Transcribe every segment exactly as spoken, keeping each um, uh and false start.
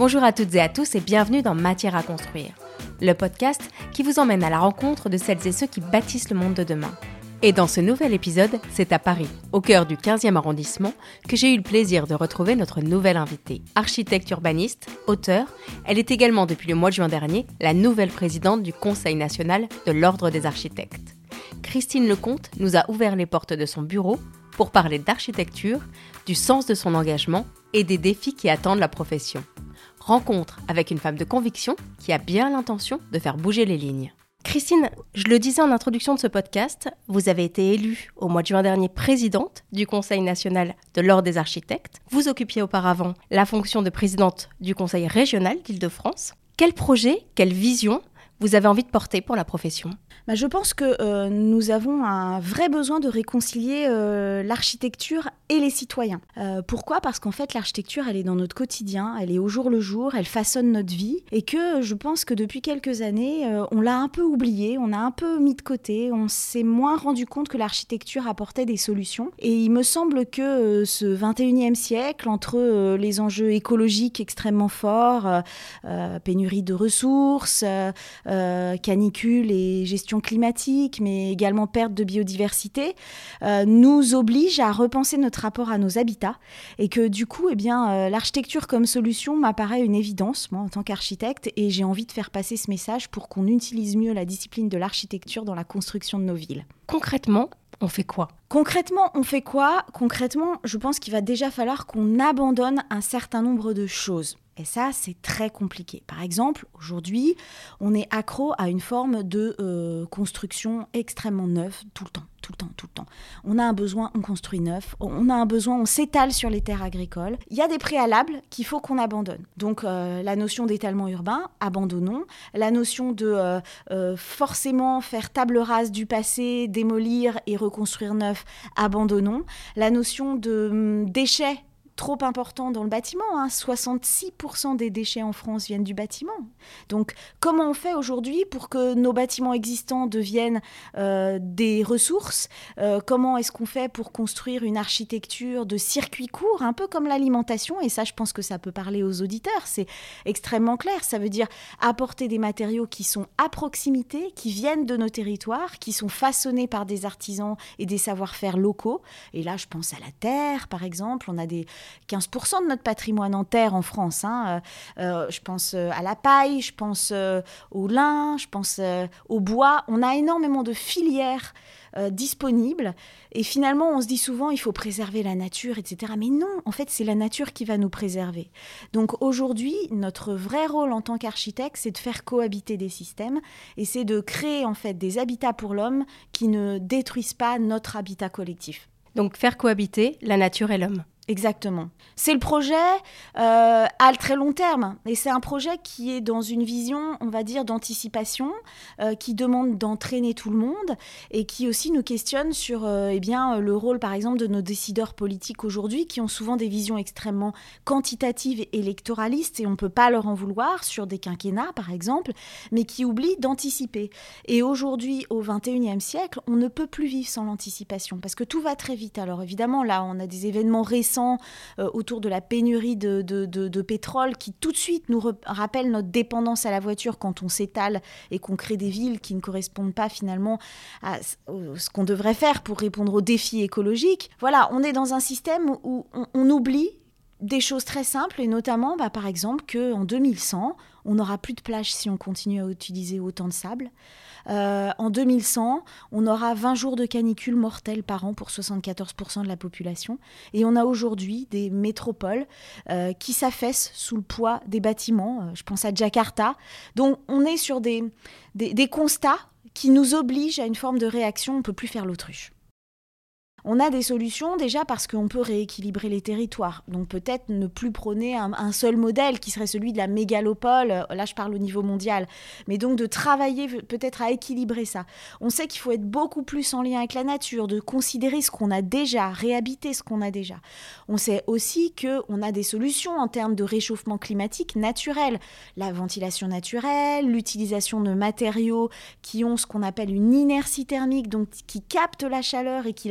Bonjour à toutes et à tous et bienvenue dans Matière à construire, le podcast qui vous emmène à la rencontre de celles et ceux qui bâtissent le monde de demain. Et dans ce nouvel épisode, c'est à Paris, au cœur du quinzième arrondissement, que j'ai eu le plaisir de retrouver notre nouvelle invitée. Architecte urbaniste, auteure, elle est également depuis le mois de juin dernier la nouvelle présidente du Conseil national de l'Ordre des architectes. Christine Lecomte nous a ouvert les portes de son bureau pour parler d'architecture, du sens de son engagement et des défis qui attendent la profession. Rencontre avec une femme de conviction qui a bien l'intention de faire bouger les lignes. Christine, je le disais en introduction de ce podcast, vous avez été élue au mois de juin dernier présidente du Conseil national de l'Ordre des architectes. Vous occupiez auparavant la fonction de présidente du Conseil régional d'Île-de-France. Quel projet, quelle vision vous avez envie de porter pour la profession ? Bah, je pense que euh, nous avons un vrai besoin de réconcilier euh, l'architecture et les citoyens. Euh, pourquoi ? Parce qu'en fait, l'architecture, elle est dans notre quotidien, elle est au jour le jour, elle façonne notre vie. Et que je pense que depuis quelques années, euh, on l'a un peu oublié, on a un peu mis de côté, on s'est moins rendu compte que l'architecture apportait des solutions. Et il me semble que euh, ce vingt et unième siècle, entre euh, les enjeux écologiques extrêmement forts, euh, euh, pénurie de ressources, euh, euh, canicule et gestion climatique, mais également perte de biodiversité, euh, nous oblige à repenser notre rapport à nos habitats et que du coup, eh bien, euh, l'architecture comme solution m'apparaît une évidence, moi, en tant qu'architecte, et j'ai envie de faire passer ce message pour qu'on utilise mieux la discipline de l'architecture dans la construction de nos villes. Concrètement, on fait quoi ? Concrètement, on fait quoi ? Concrètement, je pense qu'il va déjà falloir qu'on abandonne un certain nombre de choses. Et ça, c'est très compliqué. Par exemple, aujourd'hui, on est accro à une forme de euh, construction extrêmement neuve, tout le temps, tout le temps, tout le temps. On a un besoin, on construit neuf. On a un besoin, on s'étale sur les terres agricoles. Il y a des préalables qu'il faut qu'on abandonne. Donc, euh, la notion d'étalement urbain, abandonnons. La notion de euh, euh, forcément faire table rase du passé, démolir et reconstruire neuf, abandonnons. La notion de hum, déchets, trop important dans le bâtiment, hein. soixante-six pour cent des déchets en France viennent du bâtiment. Donc, comment on fait aujourd'hui pour que nos bâtiments existants deviennent euh, des ressources ? euh, Comment est-ce qu'on fait pour construire une architecture de circuits courts, un peu comme l'alimentation ? Et ça, je pense que ça peut parler aux auditeurs. C'est extrêmement clair. Ça veut dire apporter des matériaux qui sont à proximité, qui viennent de nos territoires, qui sont façonnés par des artisans et des savoir-faire locaux. Et là, je pense à la terre, par exemple. On a des quinze pour cent de notre patrimoine en terre en France. Hein. Euh, je pense à la paille, je pense euh, au lin, je pense euh, au bois. On a énormément de filières euh, disponibles. Et finalement, on se dit souvent, il faut préserver la nature, et cetera. Mais non, en fait, c'est la nature qui va nous préserver. Donc aujourd'hui, notre vrai rôle en tant qu'architecte, c'est de faire cohabiter des systèmes et c'est de créer en fait des habitats pour l'homme qui ne détruisent pas notre habitat collectif. Donc faire cohabiter la nature et l'homme. Exactement. C'est le projet euh, à très long terme. Et c'est un projet qui est dans une vision, on va dire, d'anticipation, euh, qui demande d'entraîner tout le monde et qui aussi nous questionne sur euh, eh bien, le rôle, par exemple, de nos décideurs politiques aujourd'hui qui ont souvent des visions extrêmement quantitatives et électoralistes et on ne peut pas leur en vouloir sur des quinquennats, par exemple, mais qui oublient d'anticiper. Et aujourd'hui, au vingt et unième siècle, on ne peut plus vivre sans l'anticipation parce que tout va très vite. Alors évidemment, là, on a des événements récents Euh, autour de la pénurie de, de, de, de pétrole qui tout de suite nous re- rappelle notre dépendance à la voiture quand on s'étale et qu'on crée des villes qui ne correspondent pas finalement à ce qu'on devrait faire pour répondre aux défis écologiques. Voilà, on est dans un système où on, on oublie des choses très simples et notamment bah, par exemple qu'en deux mille cent, on n'aura plus de plage si on continue à utiliser autant de sable. Euh, en deux mille cent, on aura vingt jours de canicule mortelle par an pour soixante-quatorze pour cent de la population. Et on a aujourd'hui des métropoles euh, qui s'affaissent sous le poids des bâtiments. Euh, je pense à Jakarta. Donc on est sur des, des, des constats qui nous obligent à une forme de réaction. On ne peut plus faire l'autruche. On a des solutions déjà parce qu'on peut rééquilibrer les territoires. Donc peut-être ne plus prôner un, un seul modèle qui serait celui de la mégalopole. Là, je parle au niveau mondial. Mais donc de travailler peut-être à équilibrer ça. On sait qu'il faut être beaucoup plus en lien avec la nature, de considérer ce qu'on a déjà, réhabiter ce qu'on a déjà. On sait aussi qu'on a des solutions en termes de réchauffement climatique naturel. La ventilation naturelle, l'utilisation de matériaux qui ont ce qu'on appelle une inertie thermique, donc qui captent la chaleur et qui la restituent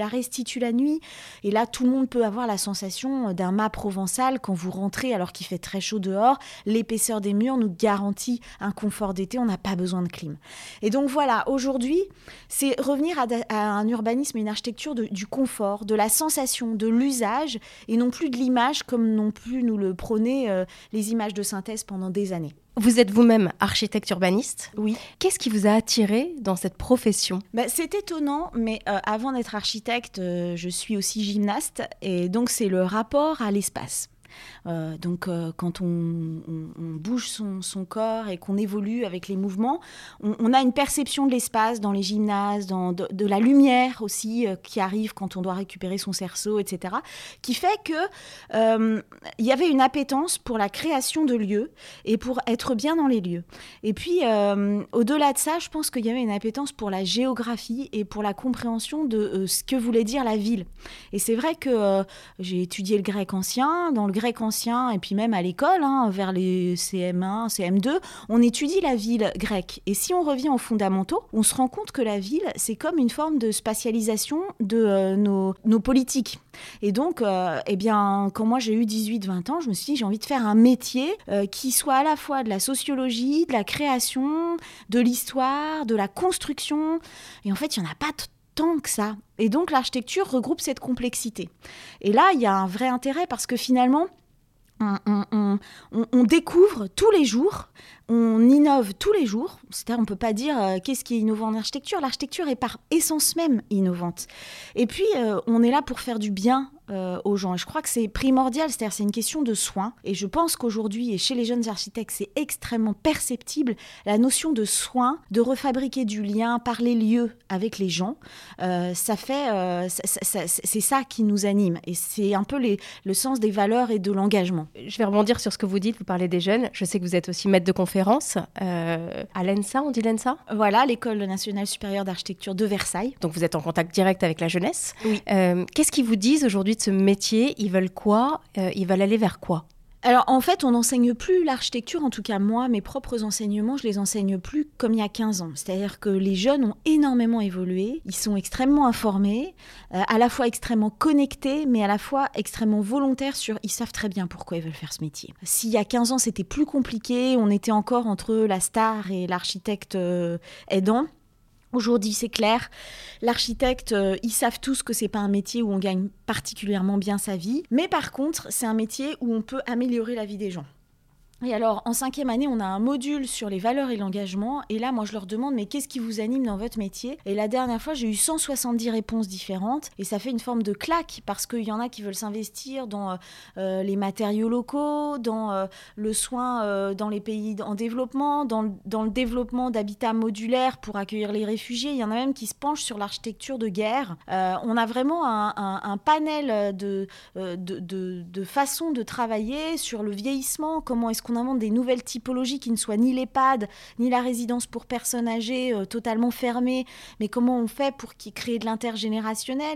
constitue la nuit. Et là, tout le monde peut avoir la sensation d'un mât provençal quand vous rentrez alors qu'il fait très chaud dehors. L'épaisseur des murs nous garantit un confort d'été, on n'a pas besoin de clim. Et donc voilà, aujourd'hui, c'est revenir à, à un urbanisme et une architecture de, du confort, de la sensation, de l'usage, et non plus de l'image comme non plus nous le prônaient euh, les images de synthèse pendant des années. Vous êtes vous-même architecte urbaniste. Oui. Qu'est-ce qui vous a attiré dans cette profession ? Bah, c'est étonnant, mais euh, avant d'être architecte, euh, je suis aussi gymnaste, et donc c'est le rapport à l'espace. Euh, donc euh, quand on, on, on bouge son, son corps et qu'on évolue avec les mouvements, on, on a une perception de l'espace dans les gymnases, dans de, de la lumière aussi euh, qui arrive quand on doit récupérer son cerceau, et cetera, qui fait que euh, y avait une appétence pour la création de lieux et pour être bien dans les lieux. Et puis euh, au-delà de ça, je pense qu'il y avait une appétence pour la géographie et pour la compréhension de euh, ce que voulait dire la ville. Et c'est vrai que euh, j'ai étudié le grec ancien. Dans le grec ancien, et puis même à l'école, hein, vers les C M un, C M deux, on étudie la ville grecque. Et si on revient aux fondamentaux, on se rend compte que la ville, c'est comme une forme de spatialisation de euh, nos, nos politiques. Et donc, euh, eh bien, quand moi j'ai eu dix-huit vingt ans, je me suis dit, j'ai envie de faire un métier euh, qui soit à la fois de la sociologie, de la création, de l'histoire, de la construction. Et en fait, il n'y en a pas t- tant que ça. Et donc, l'architecture regroupe cette complexité. Et là, il y a un vrai intérêt parce que finalement, on, on, on, on découvre tous les jours, on innove tous les jours. C'est-à-dire, on ne peut pas dire euh, qu'est-ce qui est innovant en architecture. L'architecture est par essence même innovante. Et puis, euh, on est là pour faire du bien Euh, aux gens. Et je crois que c'est primordial, c'est-à-dire c'est une question de soin. Et je pense qu'aujourd'hui, et chez les jeunes architectes, c'est extrêmement perceptible, la notion de soin, de refabriquer du lien par les lieux avec les gens. Euh, ça fait, euh, ça, ça, c'est ça qui nous anime. Et c'est un peu les, le sens des valeurs et de l'engagement. Je vais rebondir sur ce que vous dites, vous parlez des jeunes. Je sais que vous êtes aussi maître de conférence euh, à l'E N S A, on dit l'E N S A ? Voilà, l'École nationale supérieure d'architecture de Versailles. Donc vous êtes en contact direct avec la jeunesse. Oui. Euh, qu'est-ce qu'ils vous disent aujourd'hui de ce métier ? Ils veulent quoi ? euh, Ils veulent aller vers quoi ? Alors, en fait, on n'enseigne plus l'architecture, en tout cas moi, mes propres enseignements, je les enseigne plus comme il y a quinze ans. C'est-à-dire que les jeunes ont énormément évolué, ils sont extrêmement informés, euh, à la fois extrêmement connectés, mais à la fois extrêmement volontaires sur... Ils savent très bien pourquoi ils veulent faire ce métier. S'il y a quinze ans, c'était plus compliqué, on était encore entre la star et l'architecte euh, aidant. Aujourd'hui, c'est clair, l'architecte, euh, ils savent tous que c'est pas un métier où on gagne particulièrement bien sa vie, mais par contre, c'est un métier où on peut améliorer la vie des gens. Et alors, en cinquième année, on a un module sur les valeurs et l'engagement. Et là, moi, je leur demande, mais qu'est-ce qui vous anime dans votre métier ? Et la dernière fois, j'ai eu cent soixante-dix réponses différentes. Et ça fait une forme de claque, parce qu'il y en a qui veulent s'investir dans euh, les matériaux locaux, dans euh, le soin euh, dans les pays en développement, dans le, dans le développement d'habitats modulaires pour accueillir les réfugiés. Il y en a même qui se penchent sur l'architecture de guerre. Euh, on a vraiment un, un, un panel de, de, de, de façons de travailler sur le vieillissement, comment est-ce qu'on invente des nouvelles typologies qui ne soient ni l'EHPAD, ni la résidence pour personnes âgées euh, totalement fermée, mais comment on fait pour qu'il crée de l'intergénérationnel ?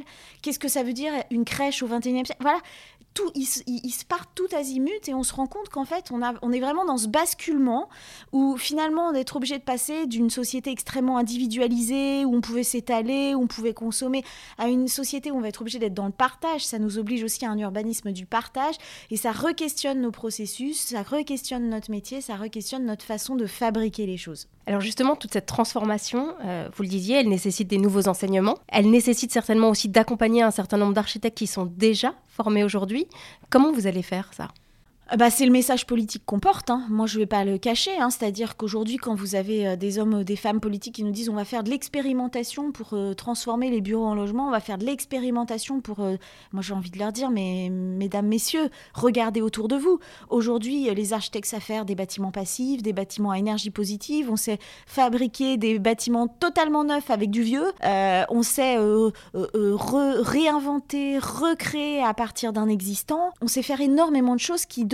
Qu'est-ce que ça veut dire une crèche au vingt et unième siècle ? Voilà, tout, ils, ils, ils se partent tout azimut et on se rend compte qu'en fait, on, a, on est vraiment dans ce basculement où finalement, on est obligé de passer d'une société extrêmement individualisée, où on pouvait s'étaler, où on pouvait consommer, à une société où on va être obligé d'être dans le partage. Ça nous oblige aussi à un urbanisme du partage et ça re-questionne nos processus, ça re-questionne notre métier, ça re-questionne notre façon de fabriquer les choses. Alors justement, toute cette transformation, euh, vous le disiez, elle nécessite des nouveaux enseignements. Elle nécessite certainement aussi d'accompagner un certain nombre d'architectes qui sont déjà formés aujourd'hui. Comment vous allez faire ça ? Bah, c'est le message politique qu'on porte, hein. Moi je ne vais pas le cacher, hein. C'est-à-dire qu'aujourd'hui quand vous avez euh, des hommes ou des femmes politiques qui nous disent on va faire de l'expérimentation pour euh, transformer les bureaux en logements, on va faire de l'expérimentation pour... Euh... Moi j'ai envie de leur dire, mais mesdames, messieurs, regardez autour de vous. Aujourd'hui les architectes savent faire des bâtiments passifs, des bâtiments à énergie positive, on sait fabriquer des bâtiments totalement neufs avec du vieux, euh, on sait euh, euh, euh, re- réinventer, recréer à partir d'un existant, on sait faire énormément de choses qui de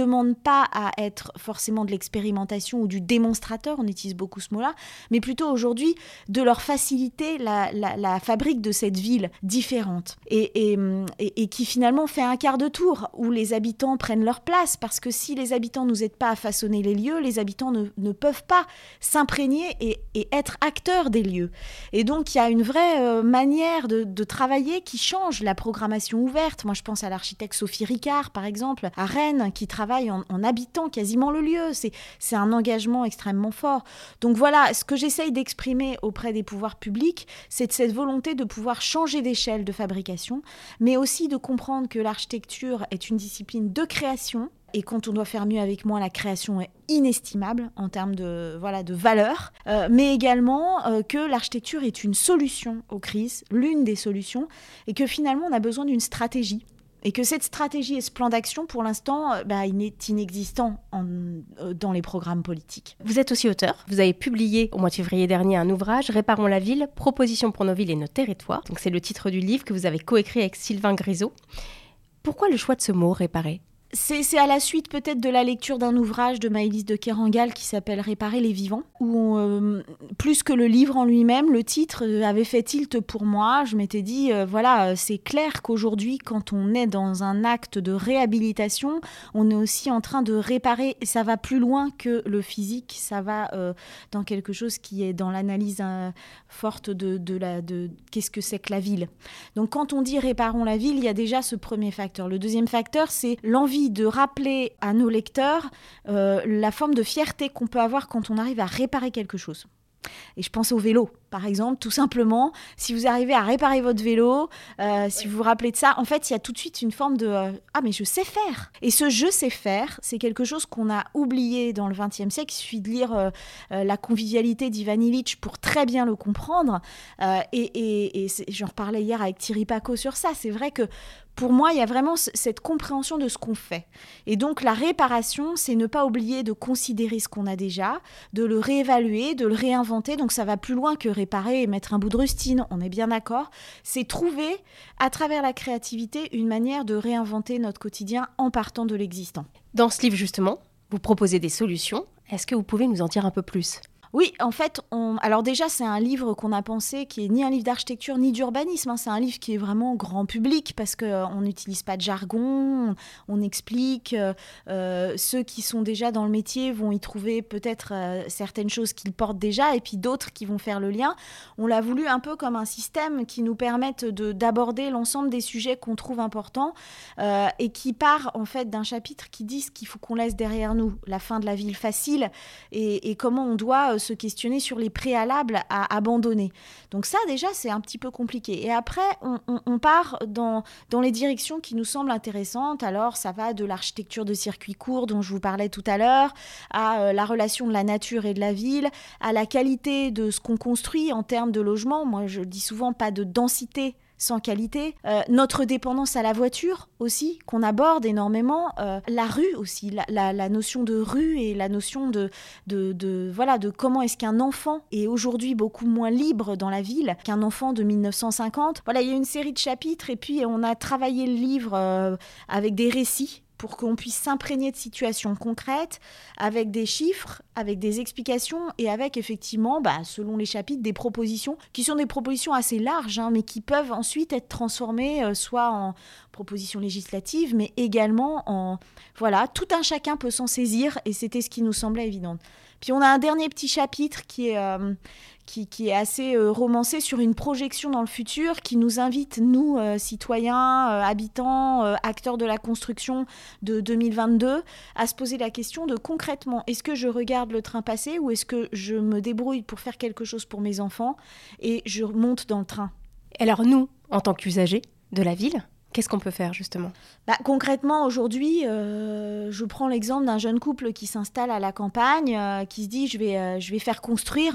demande pas à être forcément de l'expérimentation ou du démonstrateur, on utilise beaucoup ce mot-là, mais plutôt aujourd'hui de leur faciliter la, la, la fabrique de cette ville différente et, et, et, et qui finalement fait un quart de tour où les habitants prennent leur place, parce que si les habitants nous aident pas à façonner les lieux, les habitants ne, ne peuvent pas s'imprégner et, et être acteurs des lieux. Et donc il y a une vraie euh, manière de, de travailler qui change la programmation ouverte. Moi je pense à l'architecte Sophie Ricard par exemple, à Rennes, qui travaille en, en habitant quasiment le lieu. C'est, c'est un engagement extrêmement fort. Donc voilà, ce que j'essaye d'exprimer auprès des pouvoirs publics, c'est cette volonté de pouvoir changer d'échelle de fabrication, mais aussi de comprendre que l'architecture est une discipline de création. Et quand on doit faire mieux avec moins, la création est inestimable en termes de, voilà, de valeur, euh, mais également euh, que l'architecture est une solution aux crises, l'une des solutions, et que finalement on a besoin d'une stratégie. Et que cette stratégie et ce plan d'action, pour l'instant, euh, bah, il est inexistant en, euh, dans les programmes politiques. Vous êtes aussi auteur. Vous avez publié au mois de février dernier un ouvrage, Réparons la ville, propositions pour nos villes et nos territoires. Donc c'est le titre du livre que vous avez coécrit avec Sylvain Grisot. Pourquoi le choix de ce mot, réparer ? C'est, c'est à la suite peut-être de la lecture d'un ouvrage de Maëlys de Kerangal qui s'appelle « Réparer les vivants », où on, euh, plus que le livre en lui-même, le titre avait fait tilt pour moi. Je m'étais dit, euh, voilà, c'est clair qu'aujourd'hui, quand on est dans un acte de réhabilitation, on est aussi en train de réparer, et ça va plus loin que le physique, ça va euh, dans quelque chose qui est dans l'analyse euh, forte de, de, la, de qu'est-ce que c'est que la ville. Donc quand on dit « réparons la ville », il y a déjà ce premier facteur. Le deuxième facteur, c'est l'envie de rappeler à nos lecteurs euh, la forme de fierté qu'on peut avoir quand on arrive à réparer quelque chose. Et je pense au vélo, par exemple, tout simplement. Si vous arrivez à réparer votre vélo, euh, si vous vous rappelez de ça, en fait, il y a tout de suite une forme de euh, « Ah, mais je sais faire !» Et ce « je sais faire », c'est quelque chose qu'on a oublié dans le vingtième siècle. Il suffit de lire euh, euh, La convivialité d'Ivan Illich pour très bien le comprendre. Euh, et et, et j'en reparlais hier avec Thierry Paco sur ça. C'est vrai que pour moi, il y a vraiment c- cette compréhension de ce qu'on fait. Et donc, la réparation, c'est ne pas oublier de considérer ce qu'on a déjà, de le réévaluer, de le réinventer. Donc, ça va plus loin que réparer et mettre un bout de rustine, on est bien d'accord. C'est trouver, à travers la créativité, une manière de réinventer notre quotidien en partant de l'existant. Dans ce livre, justement, vous proposez des solutions. Est-ce que vous pouvez nous en dire un peu plus ? Oui, en fait, on... alors déjà, c'est un livre qu'on a pensé qui est ni un livre d'architecture ni d'urbanisme. Hein. C'est un livre qui est vraiment grand public parce qu'on n'utilise pas de jargon, on explique. Euh, ceux qui sont déjà dans le métier vont y trouver peut-être euh, certaines choses qu'ils portent déjà et puis d'autres qui vont faire le lien. On l'a voulu un peu comme un système qui nous permette de, d'aborder l'ensemble des sujets qu'on trouve importants euh, et qui part en fait d'un chapitre qui dit ce qu'il faut qu'on laisse derrière nous, la fin de la ville facile et, et comment on doit se questionner sur les préalables à abandonner. Donc ça, déjà, c'est un petit peu compliqué. Et après, on, on, on part dans, dans les directions qui nous semblent intéressantes. Alors, ça va de l'architecture de circuits courts dont je vous parlais tout à l'heure, à euh, la relation de la nature et de la ville, à la qualité de ce qu'on construit en termes de logement. Moi, je dis souvent pas de densité sans qualité, euh, notre dépendance à la voiture aussi, qu'on aborde énormément, euh, la rue aussi, la, la, la notion de rue et la notion de, de, de, voilà, de comment est-ce qu'un enfant est aujourd'hui beaucoup moins libre dans la ville qu'un enfant de mille neuf cent cinquante. Voilà, il y a une série de chapitres et puis on a travaillé le livre euh, avec des récits pour qu'on puisse s'imprégner de situations concrètes, avec des chiffres, avec des explications et avec effectivement, bah, selon les chapitres, des propositions qui sont des propositions assez larges, hein, mais qui peuvent ensuite être transformées euh, soit en propositions législatives, mais également en... Voilà, tout un chacun peut s'en saisir et c'était ce qui nous semblait évident. Puis on a un dernier petit chapitre qui est... Euh, Qui, qui est assez euh, romancé sur une projection dans le futur qui nous invite, nous, euh, citoyens, euh, habitants, euh, acteurs de la construction de deux mille vingt-deux, à se poser la question de concrètement, est-ce que je regarde le train passer ou est-ce que je me débrouille pour faire quelque chose pour mes enfants et je monte dans le train ? Alors nous, en tant qu'usagers de la ville, qu'est-ce qu'on peut faire justement ? Bah, concrètement, aujourd'hui, euh, je prends l'exemple d'un jeune couple qui s'installe à la campagne, euh, qui se dit je vais, euh, je vais faire construire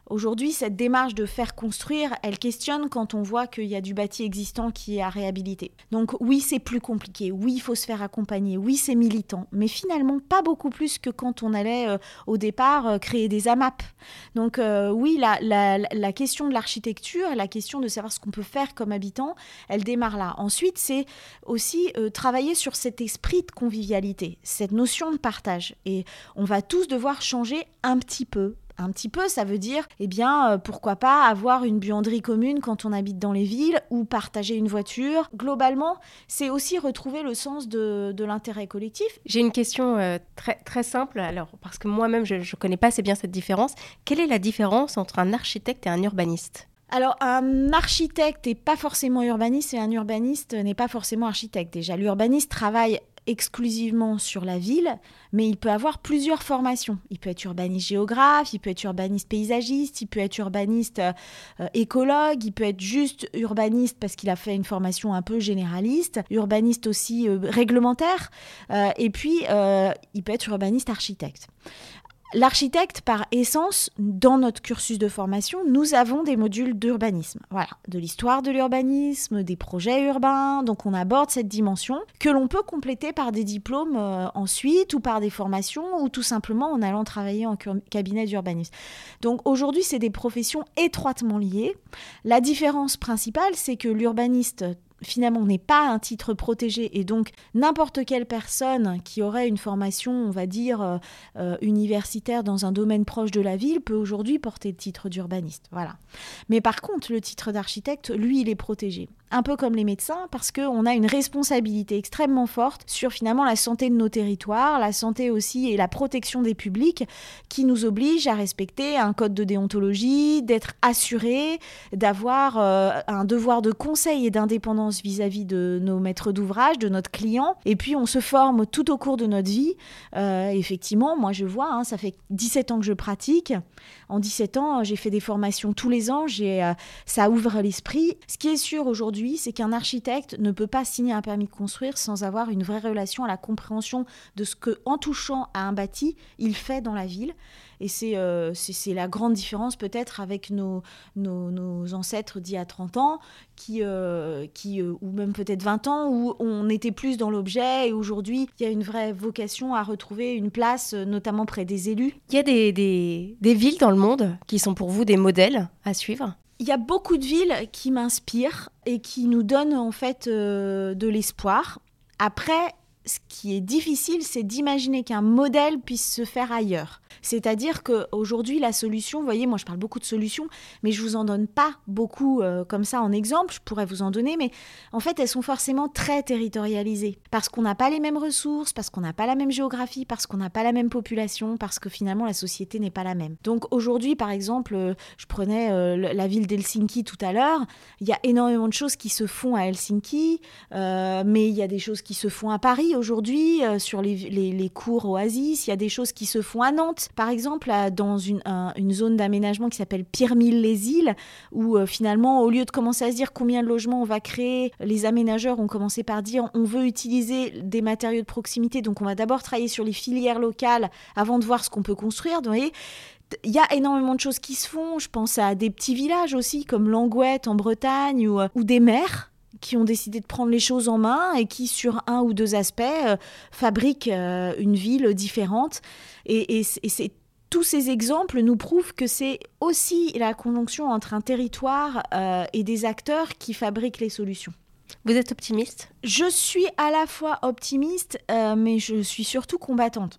Aujourd'hui, cette démarche de faire construire, elle questionne quand on voit qu'il y a du bâti existant qui est à réhabiliter. Donc oui, c'est plus compliqué, oui, il faut se faire accompagner, oui, c'est militant, mais finalement pas beaucoup plus que quand on allait euh, au départ euh, créer des A M A P. Donc euh, oui, la, la, la question de l'architecture, la question de savoir ce qu'on peut faire comme habitant, elle démarre là. Ensuite, c'est aussi euh, travailler sur cet esprit de convivialité, cette notion de partage. Et on va tous devoir changer un petit peu. Un petit peu, ça veut dire, eh bien, euh, pourquoi pas avoir une buanderie commune quand on habite dans les villes ou partager une voiture. Globalement, c'est aussi retrouver le sens de, de l'intérêt collectif. J'ai une question euh, très, très simple, alors, parce que moi-même, je ne connais pas assez bien cette différence. Quelle est la différence entre un architecte et un urbaniste ? Alors, un architecte n'est pas forcément urbaniste et un urbaniste n'est pas forcément architecte. Déjà, l'urbaniste travaille exclusivement sur la ville, mais il peut avoir plusieurs formations. Il peut être urbaniste géographe, il peut être urbaniste paysagiste, il peut être urbaniste euh, écologue, il peut être juste urbaniste parce qu'il a fait une formation un peu généraliste, urbaniste aussi euh, réglementaire, euh, et puis euh, il peut être urbaniste architecte. L'architecte, par essence, dans notre cursus de formation, nous avons des modules d'urbanisme. Voilà, de l'histoire de l'urbanisme, des projets urbains. Donc, on aborde cette dimension que l'on peut compléter par des diplômes euh, ensuite ou par des formations ou tout simplement en allant travailler en cabinet d'urbanisme. Donc, aujourd'hui, c'est des professions étroitement liées. La différence principale, c'est que l'urbaniste finalement n'est pas un titre protégé et donc n'importe quelle personne qui aurait une formation, on va dire, euh, euh, universitaire dans un domaine proche de la ville peut aujourd'hui porter le titre d'urbaniste. Voilà. Mais par contre, le titre d'architecte, lui, il est protégé. Un peu comme les médecins, parce qu'on a une responsabilité extrêmement forte sur finalement la santé de nos territoires, la santé aussi et la protection des publics qui nous oblige à respecter un code de déontologie, d'être assuré, d'avoir euh, un devoir de conseil et d'indépendance vis-à-vis de nos maîtres d'ouvrage, de notre client. Et puis on se forme tout au cours de notre vie. Euh, effectivement, moi je vois, hein, ça fait dix-sept ans que je pratique. En dix-sept ans, j'ai fait des formations tous les ans. J'ai, euh, ça ouvre l'esprit. Ce qui est sûr aujourd'hui, c'est qu'un architecte ne peut pas signer un permis de construire sans avoir une vraie relation à la compréhension de ce que, en touchant à un bâti, il fait dans la ville. Et c'est, euh, c'est, c'est la grande différence peut-être avec nos, nos, nos ancêtres d'il y a trente ans, qui, euh, qui, euh, ou même peut-être vingt ans, où on était plus dans l'objet. Et aujourd'hui, il y a une vraie vocation à retrouver une place, notamment près des élus. Il y a des, des, des villes dans le monde qui sont pour vous des modèles à suivre ? Il y a beaucoup de villes qui m'inspirent et qui nous donnent en fait euh, de l'espoir. Après, ce qui est difficile, c'est d'imaginer qu'un modèle puisse se faire ailleurs. C'est-à-dire qu'aujourd'hui, la solution, vous voyez, moi je parle beaucoup de solutions, mais je ne vous en donne pas beaucoup euh, comme ça en exemple, je pourrais vous en donner, mais en fait, elles sont forcément très territorialisées. Parce qu'on n'a pas les mêmes ressources, parce qu'on n'a pas la même géographie, parce qu'on n'a pas la même population, parce que finalement, la société n'est pas la même. Donc aujourd'hui, par exemple, euh, je prenais euh, la ville d'Helsinki tout à l'heure, il y a énormément de choses qui se font à Helsinki, euh, mais il y a des choses qui se font à Paris aujourd'hui, euh, sur les, les, les cours Oasis, il y a des choses qui se font à Nantes. Par exemple, dans une, un, une zone d'aménagement qui s'appelle Pirmil-les-Îles, où euh, finalement, au lieu de commencer à se dire combien de logements on va créer, les aménageurs ont commencé par dire on veut utiliser des matériaux de proximité, donc on va d'abord travailler sur les filières locales avant de voir ce qu'on peut construire. Donc, vous voyez, il y a énormément de choses qui se font. Je pense à des petits villages aussi, comme Langouette en Bretagne, ou, ou des maires qui ont décidé de prendre les choses en main et qui, sur un ou deux aspects, euh, fabriquent euh, une ville différente. Et, et, et c'est, tous ces exemples nous prouvent que c'est aussi la conjonction entre un territoire euh, et des acteurs qui fabriquent les solutions. Vous êtes optimiste ? Je suis à la fois optimiste, euh, mais je suis surtout combattante.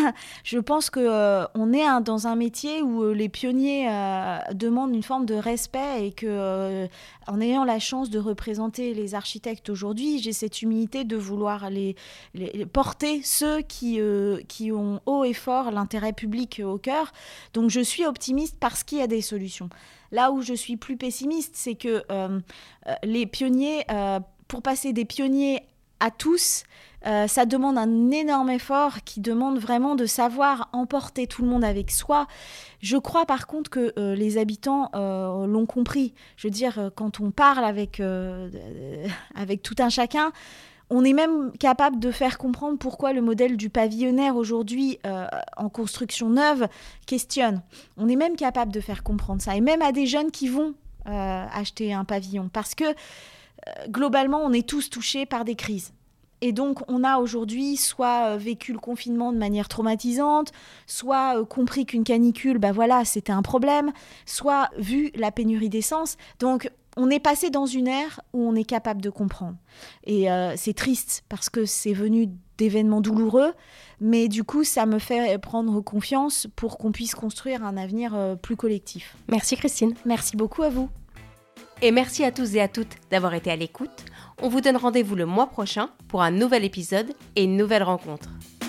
Je pense qu'on euh, est un, dans un métier où euh, les pionniers euh, demandent une forme de respect et que, euh, en ayant la chance de représenter les architectes aujourd'hui, j'ai cette humilité de vouloir les, les, les porter ceux qui, euh, qui ont haut et fort l'intérêt public au cœur. Donc je suis optimiste parce qu'il y a des solutions. Là où je suis plus pessimiste, c'est que euh, les pionniers, euh, pour passer des pionniers à tous, euh, ça demande un énorme effort qui demande vraiment de savoir emporter tout le monde avec soi. Je crois par contre que euh, les habitants euh, l'ont compris. Je veux dire, quand on parle avec, euh, avec tout un chacun, On est même capable de faire comprendre pourquoi le modèle du pavillonnaire aujourd'hui euh, en construction neuve questionne. On est même capable de faire comprendre ça, et même à des jeunes qui vont euh, acheter un pavillon, parce que euh, globalement, on est tous touchés par des crises. Et donc, on a aujourd'hui soit vécu le confinement de manière traumatisante, soit euh, compris qu'une canicule, bah voilà, c'était un problème, soit vu la pénurie d'essence. Donc, on est passé dans une ère où on est capable de comprendre. Et euh, c'est triste parce que c'est venu d'événements douloureux, mais du coup, ça me fait prendre confiance pour qu'on puisse construire un avenir euh, plus collectif. Merci Christine. Merci beaucoup à vous. Et merci à tous et à toutes d'avoir été à l'écoute. On vous donne rendez-vous le mois prochain pour un nouvel épisode et une nouvelle rencontre.